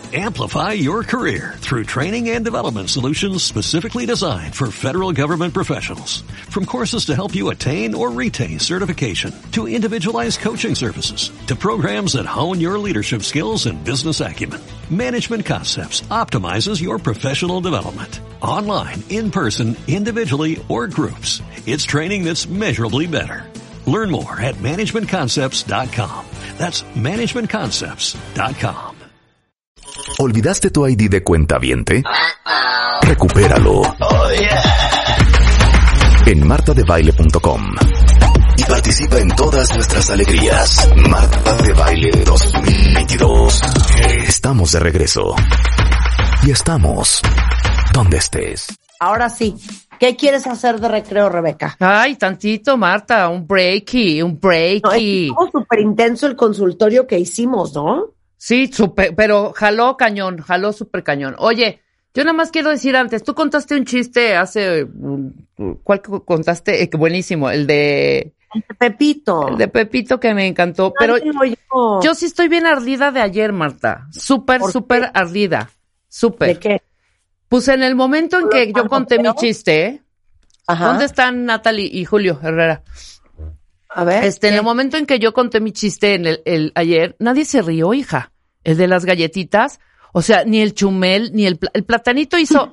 Amplify your career through training and development solutions specifically designed for federal government professionals. From courses to help you attain or retain certification, to individualized coaching services, to programs that hone your leadership skills and business acumen, Management Concepts optimizes your professional development. Online, in person, individually, or groups, it's training that's measurably better. Learn more at managementconcepts.com. That's managementconcepts.com. ¿Olvidaste tu ID de cuentaviente? Recupéralo. Oh, yeah. En martadebaile.com y participa en todas nuestras alegrías. Marta de Baile 2022. Estamos de regreso. Y estamos donde estés. Ahora sí, ¿qué quieres hacer de recreo, Rebeca? Ay, tantito, Marta, un breaky. No, estuvo súper intenso el consultorio que hicimos, ¿no? Sí, pero jaló súper cañón. Oye, yo nada más quiero decir antes, tú contaste un chiste ¿cuál contaste? Buenísimo, el de Pepito. El de Pepito que me encantó, pero yo sí estoy bien ardida de ayer, Marta. Súper ardida. Súper. ¿De qué? Pues en el momento en que yo conté mi chiste, Ajá. ¿dónde están Natalie y Julio Herrera? A ver. En el momento en que yo conté mi chiste en el ayer, nadie se rió, hija. El de las galletitas, o sea, ni el Chumel, ni el platanito hizo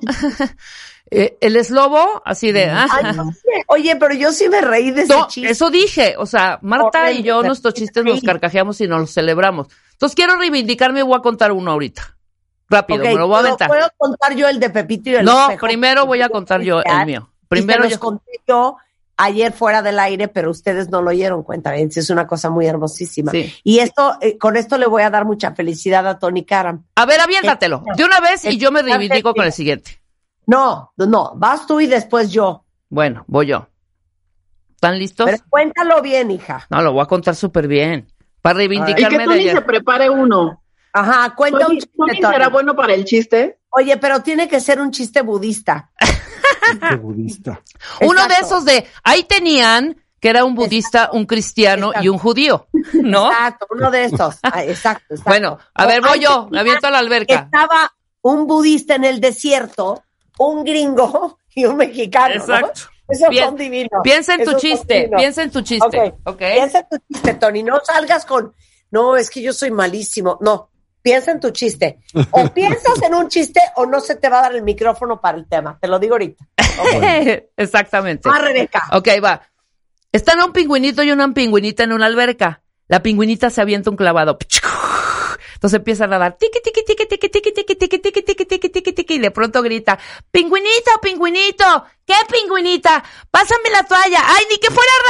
el eslobo, así de... Ay, no sé. Oye, pero yo sí me reí de ese chiste. Eso dije, o sea, Marta y yo, nuestros chistes nos carcajeamos y nos los celebramos. Entonces quiero reivindicarme y voy a contar uno ahorita. Rápido, me lo voy a aventar. ¿Puedo contar yo el de Pepito y el No, espejo? primero voy a contar yo el mío. Primero los conté yo ayer fuera del aire, pero ustedes no lo oyeron, cuenta bien, es una cosa muy hermosísima. Sí. Y esto, con esto le voy a dar mucha felicidad a Tony Karam. A ver, aviéntatelo de una vez y yo me reivindico con el siguiente. No, vas tú y después yo. Bueno, voy yo. ¿Están listos? Pero cuéntalo bien, hija. No, lo voy a contar súper bien. Para reivindicarme y que Tony de ayer. se prepare uno. Ajá, cuenta un chiste, ¿Tony Tony. será bueno para el chiste? Oye, pero tiene que ser un chiste budista. budista. Uno Exacto. de esos de, ahí tenían que era un budista, un cristiano y un judío, ¿no? Exacto, uno de esos. Exacto. Bueno, a ver, voy yo, me aviento a la alberca. Estaba un budista en el desierto, un gringo y un mexicano, Exacto. ¿no? Esos Bien, son divinos. Piensa en tu Esos son chiste, divinos. piensa en tu chiste, ¿ok? Piensa en tu chiste, Tony. No salgas con, no, es que yo soy malísimo. No, piensa en tu chiste. O piensas en un chiste o no se te va a dar el micrófono para el tema. Te lo digo ahorita. Okay. Exactamente. Va, Rebeca. Ok, va. Están un pingüinito y una pingüinita en una alberca. La pingüinita se avienta un clavado. Entonces empieza a nadar. Tiqui, tiqui, tiqui, tiqui, tiqui, tiqui, tiqui, tiqui, tiqui, tiqui, tiqui, tiqui, y de pronto grita, pingüinito, pingüinito, ¿qué pingüinita? Pásame la toalla. ¡Ay, ni que fuera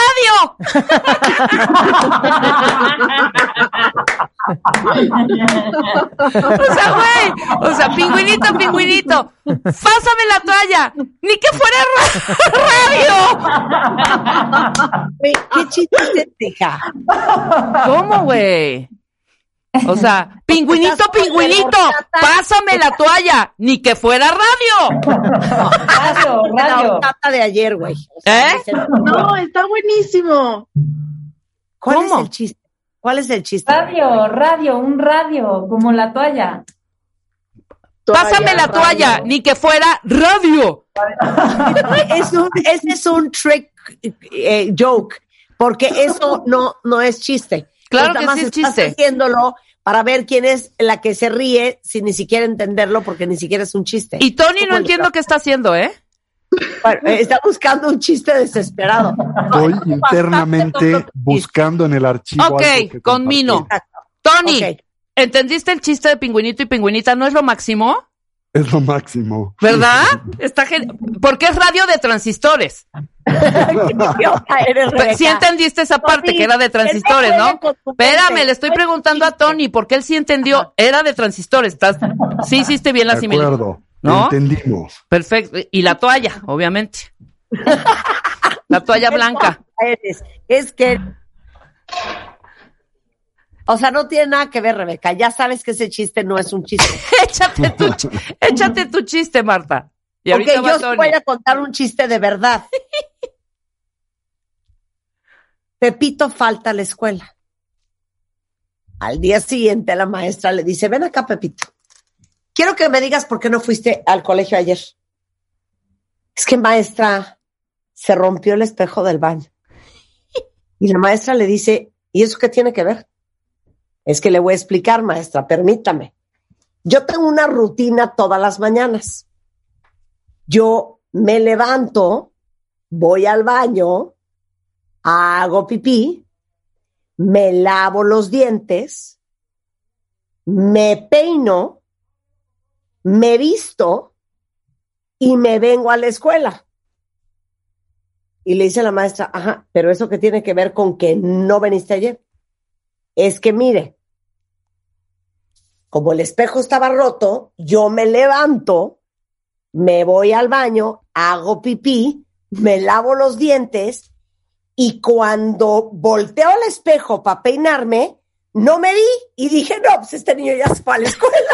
radio! O sea, pingüinito, pásame la toalla, ni que fuera radio. ¿Qué chiste es este, hija? ¿Cómo, güey? O sea, pingüinito, pásame la toalla, ni que fuera radio. Radio. La horchata de ayer, güey. O sea, No, está buenísimo. ¿Cuál es el chiste? ¿Cuál es el chiste? Radio, un radio, como la toalla. Pásame la toalla, ni que fuera radio. Ese es un trick joke, porque eso no es chiste. Claro Nada que más sí es estás chiste. haciéndolo para ver quién es la que se ríe sin ni siquiera entenderlo, porque ni siquiera es un chiste. Y Tony no entiendo qué está haciendo, ¿eh? Bueno, está buscando un chiste desesperado. Estoy internamente buscando en el archivo. Ok, algo que con Mino. Exacto. Tony, Ok. ¿entendiste el chiste de pingüinito y pingüinita? ¿No es lo máximo? Es lo máximo. ¿Verdad? Está porque es radio de transistores. Sí entendiste esa parte, que era de transistores, ¿no? Espérame, le estoy preguntando a Tony, porque él sí entendió, era de transistores. Sí hiciste bien la De similitud. acuerdo. ¿No? Entendimos. Perfecto. Y la toalla, obviamente. La toalla blanca. Es que... O sea, no tiene nada que ver, Rebeca. Ya sabes que ese chiste no es un chiste. Échate tu chiste, Marta. Y Ok, ahorita va yo Tony. voy a contar un chiste de verdad. Pepito falta a la escuela. Al día siguiente la maestra le dice, ven acá, Pepito. quiero que me digas por qué no fuiste al colegio ayer. Es que, maestra, se rompió el espejo del baño. Y la maestra le dice, ¿y eso qué tiene que ver? Es que le voy a explicar, maestra, permítame. Yo tengo una rutina todas las mañanas. Yo me levanto, voy al baño, hago pipí, me lavo los dientes, me peino, me visto y me vengo a la escuela. Y le dice a la maestra, ajá, pero ¿eso qué tiene que ver con que no viniste ayer? Es que mire, como el espejo estaba roto, yo me levanto, me voy al baño, hago pipí, me lavo los dientes y cuando volteo al espejo para peinarme, no me vi y dije, no, pues este niño ya se fue a la escuela.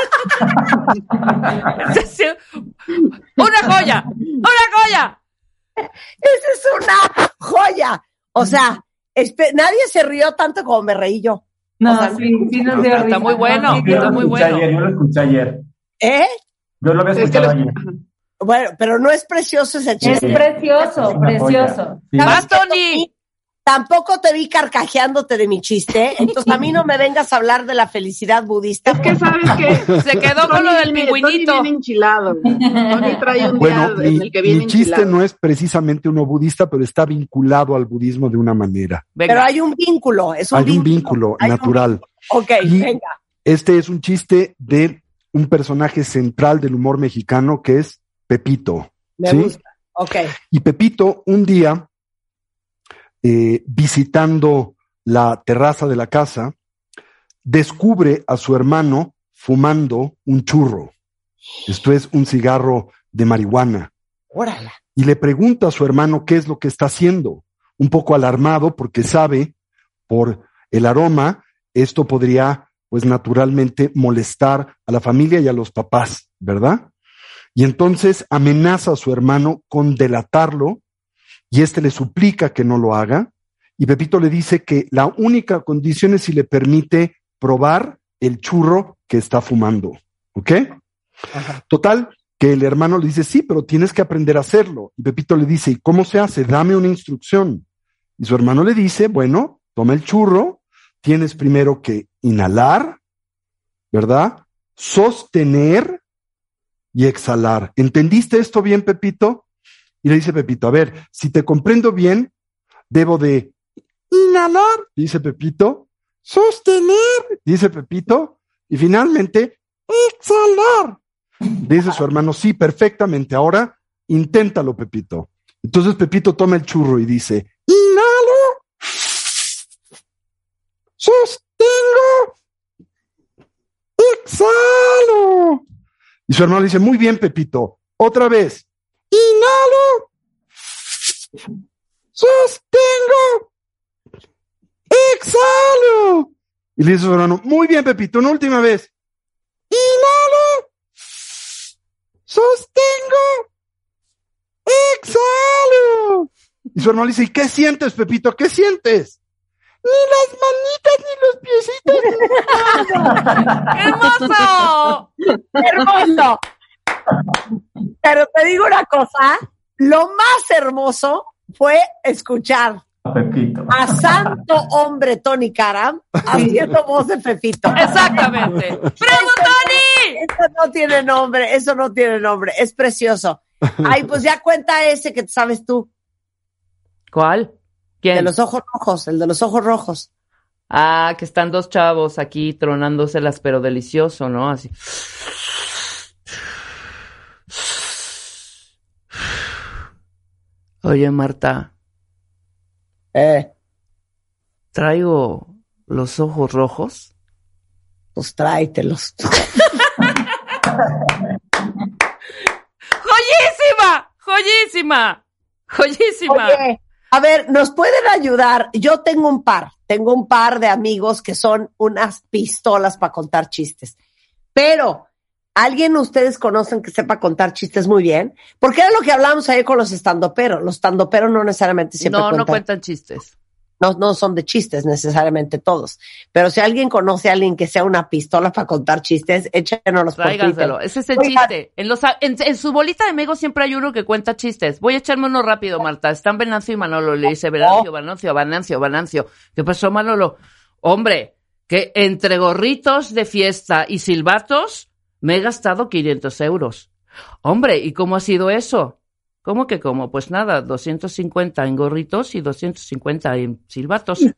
¡Una joya! ¡Una joya! Esa es una joya. O sea, nadie se rió tanto como me reí yo. No, o sea, sí nos dio risa. Está muy bueno, está muy bueno. Yo lo escuché ayer. ¿Eh? Yo lo había escuchado ayer. Bueno, pero no es precioso ese Es chiste. precioso, precioso. Sí. ¡Vas, Tony! Tampoco te vi carcajeándote de mi chiste, entonces a mí no me vengas a hablar de la felicidad budista. Es que sabes que Se quedó con lo del pingüinito. Tony viene enchilado. Tony trae un Bueno, día en el que viene mi chiste enchilado. no es precisamente uno budista, pero está vinculado al budismo de una manera. Venga. Pero hay un vínculo, es un Hay vínculo. un vínculo Hay un natural. vínculo. Ok, Y venga. este es un chiste de un personaje central del humor mexicano que es Pepito. Me ¿sí? gusta. Ok. Y Pepito, un día, visitando la terraza de la casa, descubre a su hermano fumando un churro. Esto es un cigarro de marihuana. Órale. Y le pregunta a su hermano qué es lo que está haciendo, un poco alarmado porque sabe por el aroma, esto podría, pues naturalmente, molestar a la familia y a los papás, ¿verdad? Y entonces amenaza a su hermano con delatarlo y este le suplica que no lo haga y Pepito le dice que la única condición es si le permite probar el churro que está fumando, ¿ok? Ajá. Total, que el hermano le dice, sí, pero tienes que aprender a hacerlo. Y Pepito le dice, ¿y cómo se hace? Dame una instrucción. Y su hermano le dice, bueno, toma el churro, tienes primero que inhalar, ¿verdad? Sostener y exhalar. ¿Entendiste esto bien, Pepito? Y le dice Pepito, a ver, si te comprendo bien, debo de inhalar, dice Pepito, sostener, dice Pepito, y finalmente, exhalar. Dice su hermano, sí, perfectamente, ahora inténtalo, Pepito. Entonces Pepito toma el churro y dice, inhalo, sostengo, exhalo. Y su hermano le dice, muy bien, Pepito, otra vez, inhalo, sostengo, exhalo. Y le dice a su hermano, muy bien, Pepito, una última vez, inhalo, sostengo, exhalo. Y su hermano le dice, ¿y qué sientes, Pepito? ¿Qué sientes? Ni las manitas, ni los piecitos, ni nada. ¡Hermoso! ¡Hermoso! Pero te digo una cosa, lo más hermoso fue escuchar Pepito. a santo hombre Tony Karam haciendo voz de Pepito. Exactamente. ¡Bravo, Tony! Eso no tiene nombre, eso no tiene nombre, es precioso. Ay, pues ya cuenta ese que sabes tú, ¿Cuál? ¿Quién? de los ojos rojos, el de los ojos rojos. Ah, que están dos chavos aquí tronándoselas, pero delicioso, ¿no? Así. Oye, Marta, ¿traigo los ojos rojos? Pues tráetelos. ¡Joyísima! ¡Joyísima! ¡Joyísima! Oye, a ver, ¿nos pueden ayudar? Yo tengo un par de amigos que son unas pistolas para contar chistes. Pero, ¿alguien ustedes conocen que sepa contar chistes muy bien? Porque era lo que hablábamos ayer con los estandoperos. Los estandoperos no necesariamente siempre No, cuentan. no cuentan chistes. No son de chistes necesariamente todos. Pero si alguien conoce a alguien que sea una pistola para contar chistes, échenos por Twitter. Tráiganselo. Ese es el chiste. En su bolita de Mego siempre hay uno que cuenta chistes. Voy a echarme uno rápido, Marta. Están Venancio y Manolo. Le dice Venancio. ¿Qué pasó, Manolo? Hombre, que entre gorritos de fiesta y silbatos me he gastado 500 euros. Hombre, ¿y cómo ha sido eso? ¿Cómo que cómo? Pues nada, 250 en gorritos y 250 en silbatos. ¡Qué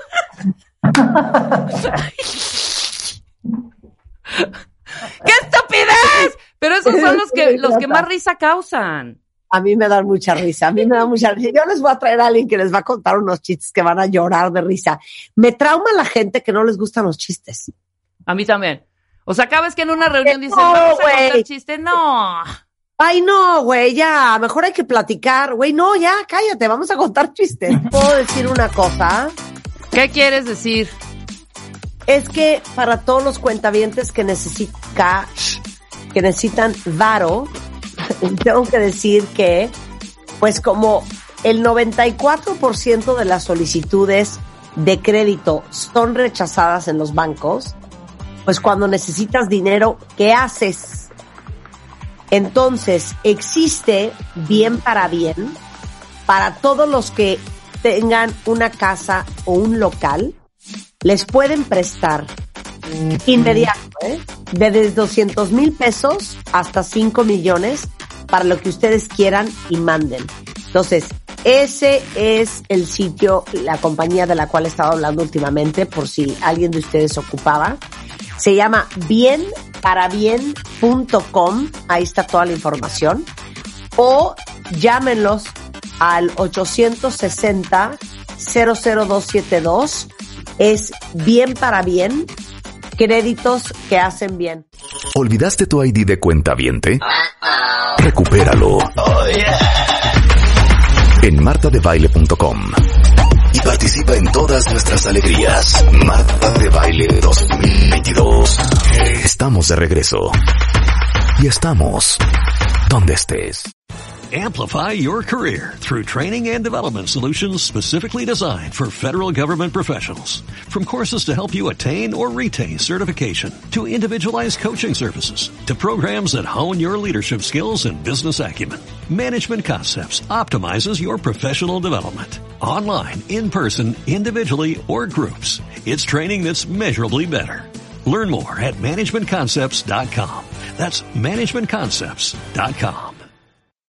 estupidez! Pero esos son los que más risa causan. A mí me dan mucha risa, Yo les voy a traer a alguien que les va a contar unos chistes que van a llorar de risa. Me trauma la gente que no les gustan los chistes. A mí también. O sea, cada vez que en una reunión dicen, vamos a contar chistes, no. Ay, no, güey, ya, mejor hay que platicar. Güey, no, ya, cállate, vamos a contar chistes. ¿Puedo decir una cosa? ¿Qué quieres decir? Es que para todos los cuentavientes que necesitan cash, que necesitan varo, tengo que decir que, pues como el 94% de las solicitudes de crédito son rechazadas en los bancos, pues cuando necesitas dinero, ¿qué haces? Entonces, existe Bien para todos los que tengan una casa o un local, les pueden prestar inmediato, desde 200,000 pesos hasta 5 millones para lo que ustedes quieran y manden. Entonces, ese es el sitio, la compañía de la cual he estado hablando últimamente, por si alguien de ustedes ocupaba. Se llama bienparabien.com, ahí está toda la información. O llámenlos al 860-00272. Es Bien para Bien, créditos que hacen bien. ¿Olvidaste tu ID de cuentaviente? Recupéralo. En martadebaile.com. Y participa en todas nuestras alegrías. Marta de Baile 2022. Estamos de regreso. Y estamos donde estés. Amplify your career through training and development solutions specifically designed for federal government professionals. From courses to help you attain or retain certification, to individualized coaching services, to programs that hone your leadership skills and business acumen, Management Concepts optimizes your professional development. Online, in person, individually, or groups, it's training that's measurably better. Learn more at managementconcepts.com. That's managementconcepts.com.